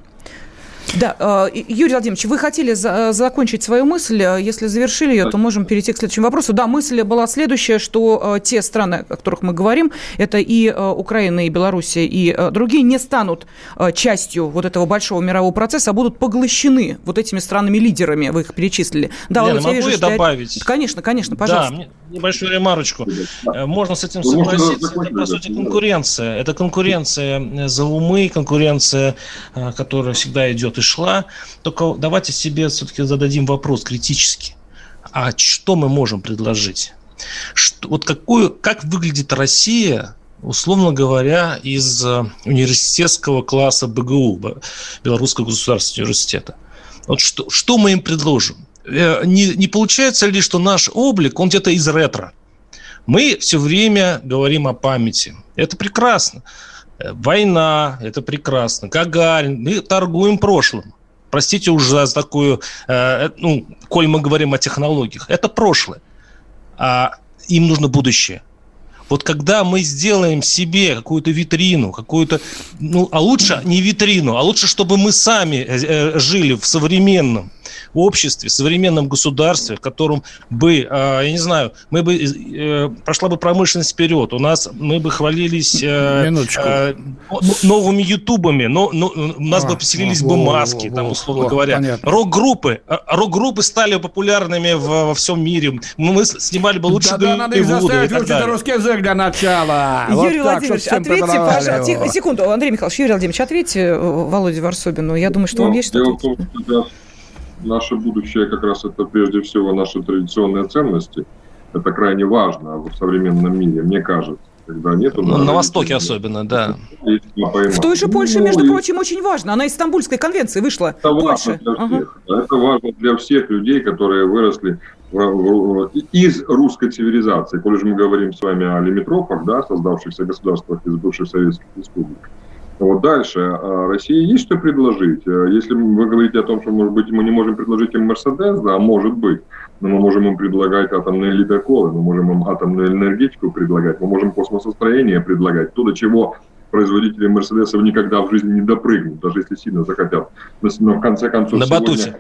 Да, Юрий Владимирович, вы хотели за- закончить свою мысль. Если завершили ее, то можем перейти к следующему вопросу. Да, мысль была следующая, что э, те страны, о которых мы говорим, это и э, Украина, и Белоруссия, и э, другие, не станут э, частью вот этого большого мирового процесса, а будут поглощены вот этими странами-лидерами, вы их перечислили. Да, Лена, Володя, я могу вижу, я добавить? Я... Конечно, конечно, пожалуйста. Да, мне небольшую ремарочку. Да. Можно с этим Ну, согласиться. Это, по сути, конкуренция. Это конкуренция за умы, конкуренция, которая всегда идет и шла. Только давайте себе все-таки зададим вопрос критически. А что мы можем предложить? Что, вот какую, как выглядит Россия, условно говоря, из университетского класса БГУ, Белорусского государственного университета? Вот что, что мы им предложим? Не, не получается ли, что наш облик, он где-то из ретро? Мы все время говорим о памяти. Это прекрасно. Война, это прекрасно. Гагарин, мы торгуем прошлым. Простите уже за такую, э, ну, коль мы говорим о технологиях. Это прошлое. А им нужно будущее. Вот когда мы сделаем себе какую-то витрину, какую-то, ну, а лучше не витрину, а лучше, чтобы мы сами э, жили в современном обществе, в современном государстве, в котором бы, э, я не знаю, мы бы э, прошла бы промышленность вперед, у нас мы бы хвалились э, э, новыми ютубами, но, но у нас а, бы поселились а, бы во, маски, во, там, условно во, говоря. Понятно. Рок-группы, рок-группы стали популярными в, во всем мире. Мы снимали бы лучше Голливуда. Да, надо их заставить учить русский язык для начала. Юрий вот Владимирович, так, ответьте, пожалуйста. Тихо, секунду, Андрей Михайлович, Юрий Владимирович, ответьте Володе Варсобину. Я думаю, что ну, вам есть что ответить. Наше будущее как раз это прежде всего наши традиционные ценности. Это крайне важно в современном мире, мне кажется. Когда нету, ну, на Востоке особенно, да. В той же Польше, ну, между и... прочим, очень важно. Она из Стамбульской конвенции вышла. Это важно для всех. Ага. Это важно для всех людей, которые выросли в, в, из русской цивилизации. Коль же мы говорим с вами о лимитрофах, да, создавшихся государствах из бывших советских республик. Вот дальше. России есть что предложить. Если вы говорите о том, что, может быть, мы не можем предложить им Мерседес, да, может быть. Но мы можем им предлагать атомные ледоколы, мы можем им атомную энергетику предлагать, мы можем космосостроение предлагать. То, до чего производители Мерседесов никогда в жизни не допрыгнут, даже если сильно захотят. Но в конце концов... На батуте.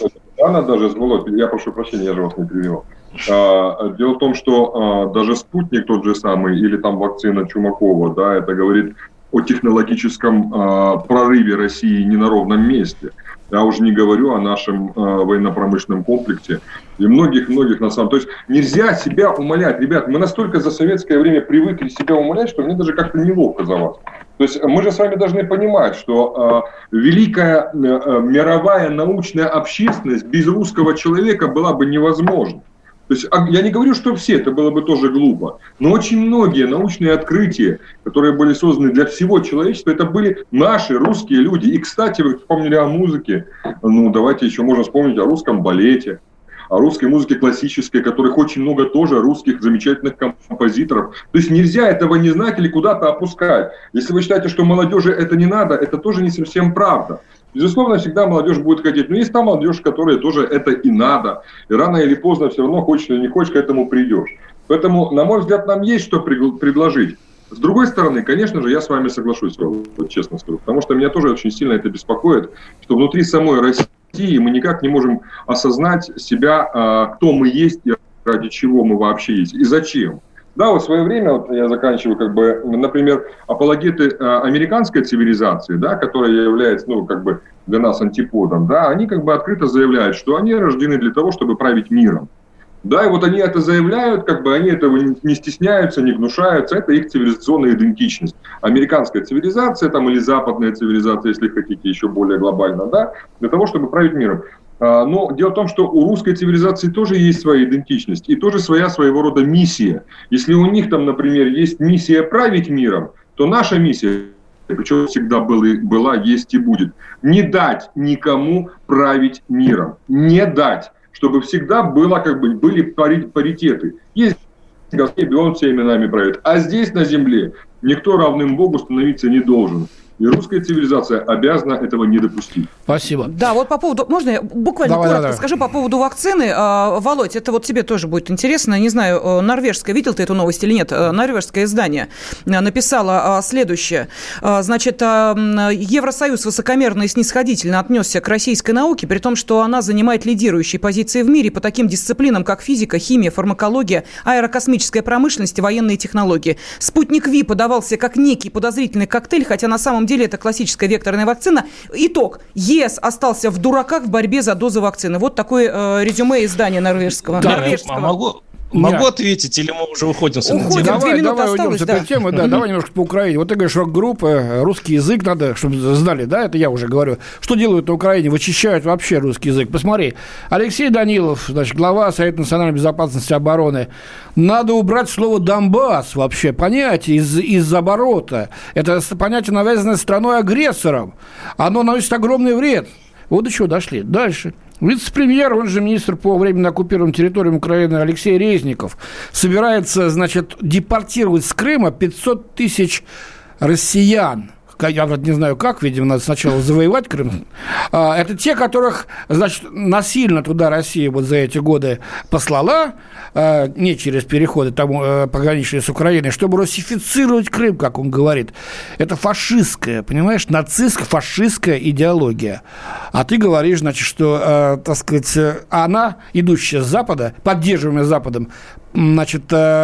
Она даже, Володь, я прошу прощения, я же вас не перевел. Дело в том, что даже спутник тот же самый, или там вакцина Чумакова, да, это говорит о технологическом прорыве России не на ровном месте. Я уже не говорю о нашем военно-промышленном комплексе и многих-многих на самом... То есть нельзя себя умалять. Ребят, мы настолько за советское время привыкли себя умалять, что мне даже как-то неловко за вас. То есть мы же с вами должны понимать, что э, великая э, мировая научная общественность без русского человека была бы невозможна. То есть я не говорю, что все, это было бы тоже глупо, но очень многие научные открытия, которые были созданы для всего человечества, это были наши русские люди. И, кстати, вы вспомнили о музыке, ну давайте еще можно вспомнить о русском балете, о русской музыке классической, которых очень много тоже русских замечательных композиторов. То есть нельзя этого не знать или куда-то опускать. Если вы считаете, что молодежи это не надо, это тоже не совсем правда. Безусловно, всегда молодежь будет хотеть. Но есть та молодежь, которая тоже это и надо. И рано или поздно все равно, хочешь или не хочешь, к этому придешь. Поэтому, на мой взгляд, нам есть что предложить. С другой стороны, конечно же, я с вами соглашусь, вот, честно скажу. Потому что меня тоже очень сильно это беспокоит, что внутри самой России мы никак не можем осознать себя, кто мы есть и ради чего мы вообще есть. И зачем. Да, вот в свое время, вот я заканчиваю, как бы, например, апологеты э, американской цивилизации, да, которая является, ну, как бы для нас антиподом, да, они как бы открыто заявляют, что они рождены для того, чтобы править миром. Да, и вот они это заявляют, как бы они этого не стесняются, не гнушаются, это их цивилизационная идентичность. Американская цивилизация, там, или западная цивилизация, если хотите, еще более глобально, да, для того, чтобы править миром. Но дело в том, что у русской цивилизации тоже есть своя идентичность и тоже своя своего рода миссия. Если у них там, например, есть миссия править миром, то наша миссия, причем всегда была, была, есть и будет, не дать никому править миром. Не дать, чтобы всегда было, как бы, были паритеты. Есть Господь, он всеми нами правит. А здесь на земле никто равным Богу становиться не должен. И русская цивилизация обязана этого не допустить. Спасибо. Да, вот по поводу... Можно я буквально давай, коротко давай. скажу по поводу вакцины? Володь, это вот тебе тоже будет интересно. Не знаю, норвежское, видел ты эту новость или нет? Норвежское издание написало следующее. Значит, Евросоюз высокомерно и снисходительно отнесся к российской науке, при том, что она занимает лидирующие позиции в мире по таким дисциплинам, как физика, химия, фармакология, аэрокосмическая промышленность и военные технологии. Спутник Ви подавался как некий подозрительный коктейль, хотя на самом деле это классическая векторная вакцина. Итог. ЕС остался в дураках в борьбе за дозы вакцины. Вот такое э, резюме издания норвежского. Да, норвежского. А могу, могу ответить, или мы уже уходим с этой Уходим, темы? две минуты давай осталось, уйдем с да. этой темы. Да, Мгм. Давай немножко по Украине. Вот ты говоришь, рок-группа, русский язык надо, чтобы знали, да, это я уже говорю. Что делают на Украине? Вычищают вообще русский язык. Посмотри, Алексей Данилов, значит, глава Совета национальной безопасности и обороны. Надо убрать слово «Донбасс» вообще, понятие из, из оборота. Это понятие, навязанное страной-агрессором. Оно наносит огромный вред. Вот до чего дошли. Дальше. Вице-премьер, он же министр по временно оккупированным территориям Украины Алексей Резников собирается, значит, депортировать с Крыма пятьсот тысяч россиян. Я вот не знаю как, видимо, надо сначала завоевать Крым. Это те, которых, значит, насильно туда Россия вот за эти годы послала, не через переходы там пограничные с Украиной, чтобы русифицировать Крым, как он говорит. Это фашистская, понимаешь, нацистско-фашистская идеология. А ты говоришь, значит, что, так сказать, она, идущая с Запада, поддерживаемая Западом, значит,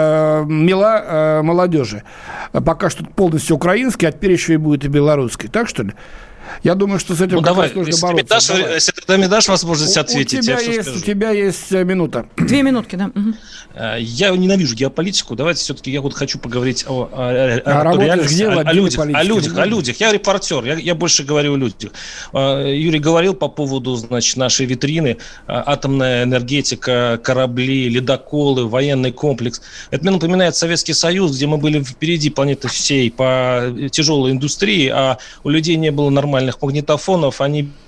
мила молодежи. Пока что полностью украинский, а теперь еще и будет и белорусский. Так что ли? Я думаю, что с этим ну, как давай, раз нужно если бороться. Ты дашь, если ты мне дашь возможность у, ответить, у тебя, я есть, все у тебя есть минута. Две минутки, да. Угу. Я ненавижу геополитику. Давайте все-таки я вот хочу поговорить о, о, а о, реальности, где, о, о людях, о людях, да? о людях. Я репортер, я, я больше говорю о людях. Юрий говорил по поводу, значит, нашей витрины: атомная энергетика, корабли, ледоколы, военный комплекс. Это мне напоминает Советский Союз, где мы были впереди планеты всей по тяжелой индустрии, а у людей не было нормальных магнитофонов, они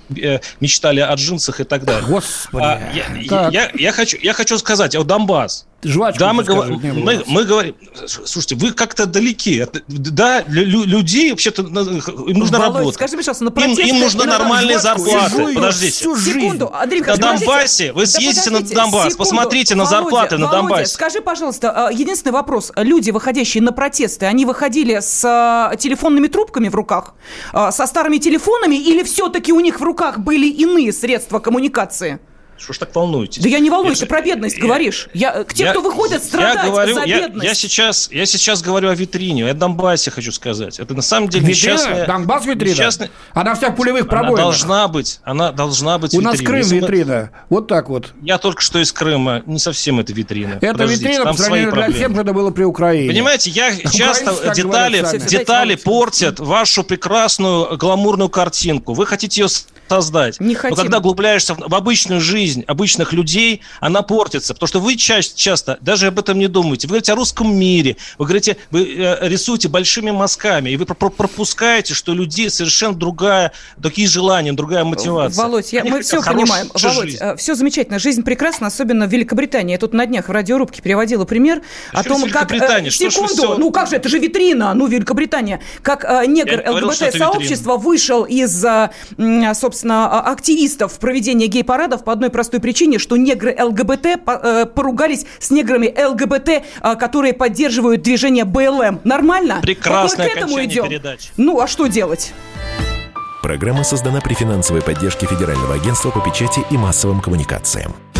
мечтали о джинсах и так далее. Господи. А, я, я, я, хочу, я хочу сказать, о Донбасс. Жвачку да, мы, скажи, говор... мы, мы говорим, слушайте, вы как-то далеки. Да, лю- людей вообще-то им нужна Володь, работа. скажи, пожалуйста, на им, им нужны нормальные зарплаты. Подождите. Секунду, Андрей на Донбассе, вы съездите да на Донбасс, секунду. Посмотрите на Володя, зарплаты на Володя, Донбассе. Скажи, пожалуйста, единственный вопрос. Люди, выходящие на протесты, они выходили с телефонными трубками в руках, со старыми телефонами, или все-таки у них в руках были иные средства коммуникации? Что ж так волнуетесь? Да я не волнуюсь, ты про бедность я, говоришь. Я, те, я, кто выходят страдать я говорю, за я, бедность. Я сейчас, я сейчас говорю о витрине, о Донбассе хочу сказать. Это на самом деле витрина? несчастная... Донбасс витрина? Несчастная... Она вся в пулевых пробоинах. Она должна быть, она должна быть У витриной. нас Крым Если витрина. Мы... Вот так вот. Я только что из Крыма. Не совсем это витрина. Это Подождите, витрина по сравнению для всем, что это было при Украине. Понимаете, я часто детали, детали портят вашу прекрасную гламурную картинку. Вы хотите ее создать. Не хотим. Но когда углубляешься в обычную жизнь обычных людей, она портится. Потому что вы ча- часто даже об этом не думаете. Вы говорите о русском мире, вы говорите, вы э, рисуете большими мазками, и вы про- пропускаете, что у людей совершенно другая, такие желания, другая мотивация. Володь, я, мы все понимаем. Володь, жизнь. Все замечательно, жизнь прекрасна, особенно в Великобритании. Я тут на днях в радиорубке приводила пример а о том, как... Э, секунду, все... ну как же, это же витрина, ну Великобритания. Как э, негр ЛГБТ-сообщества вышел из, э, собственно, активистов в проведении гей-парадов по одной простой причине, что негры ЛГБТ поругались с неграми ЛГБТ, которые поддерживают движение БЛМ. Нормально? Прекрасное вот окончание передачи. Ну, а что делать? Программа создана при финансовой поддержке Федерального агентства по печати и массовым коммуникациям.